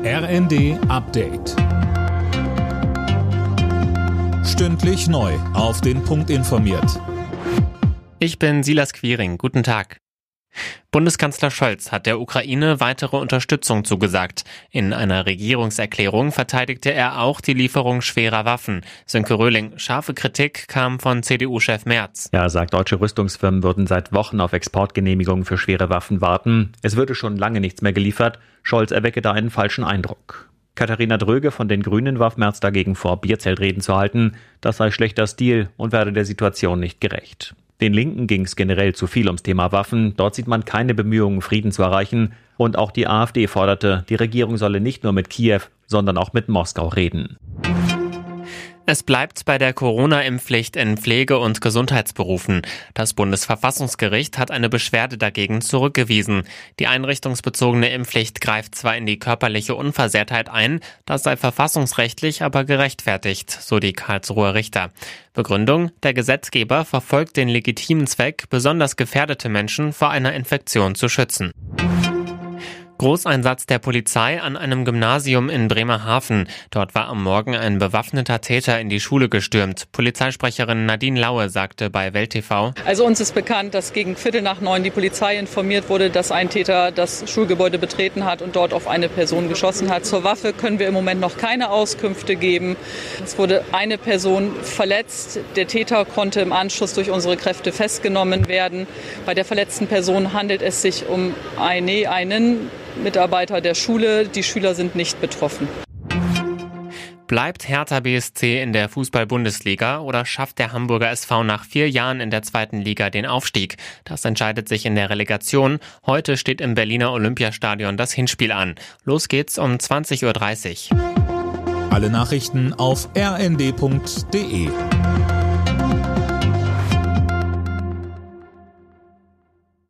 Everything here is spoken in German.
RND Update. Stündlich neu auf den Punkt informiert. Ich bin Silas Quiring. Guten Tag. Bundeskanzler Scholz hat der Ukraine weitere Unterstützung zugesagt. In einer Regierungserklärung verteidigte er auch die Lieferung schwerer Waffen. Sönke Röhling, scharfe Kritik kam von CDU-Chef Merz. Er sagt, deutsche Rüstungsfirmen würden seit Wochen auf Exportgenehmigungen für schwere Waffen warten. Es würde schon lange nichts mehr geliefert. Scholz erwecke da einen falschen Eindruck. Katharina Dröge von den Grünen warf Merz dagegen vor, Bierzeltreden zu halten. Das sei schlechter Stil und werde der Situation nicht gerecht. Den Linken ging es generell zu viel ums Thema Waffen. Dort sieht man keine Bemühungen, Frieden zu erreichen. Und auch die AfD forderte, die Regierung solle nicht nur mit Kiew, sondern auch mit Moskau reden. Es bleibt bei der Corona-Impfpflicht in Pflege- und Gesundheitsberufen. Das Bundesverfassungsgericht hat eine Beschwerde dagegen zurückgewiesen. Die einrichtungsbezogene Impfpflicht greift zwar in die körperliche Unversehrtheit ein, das sei verfassungsrechtlich aber gerechtfertigt, so die Karlsruher Richter. Begründung: Der Gesetzgeber verfolgt den legitimen Zweck, besonders gefährdete Menschen vor einer Infektion zu schützen. Großeinsatz der Polizei an einem Gymnasium in Bremerhaven. Dort war am Morgen ein bewaffneter Täter in die Schule gestürmt. Polizeisprecherin Nadine Laue sagte bei Welt TV: Also uns ist bekannt, dass gegen 8:45 die Polizei informiert wurde, dass ein Täter das Schulgebäude betreten hat und dort auf eine Person geschossen hat. Zur Waffe können wir im Moment noch keine Auskünfte geben. Es wurde eine Person verletzt. Der Täter konnte im Anschluss durch unsere Kräfte festgenommen werden. Bei der verletzten Person handelt es sich um einen Mitarbeiter der Schule. Die Schüler sind nicht betroffen. Bleibt Hertha BSC in der Fußball-Bundesliga oder schafft der Hamburger SV nach 4 Jahren in der 2. Liga den Aufstieg? Das entscheidet sich in der Relegation. Heute steht im Berliner Olympiastadion das Hinspiel an. Los geht's um 20:30 Uhr. Alle Nachrichten auf rnd.de.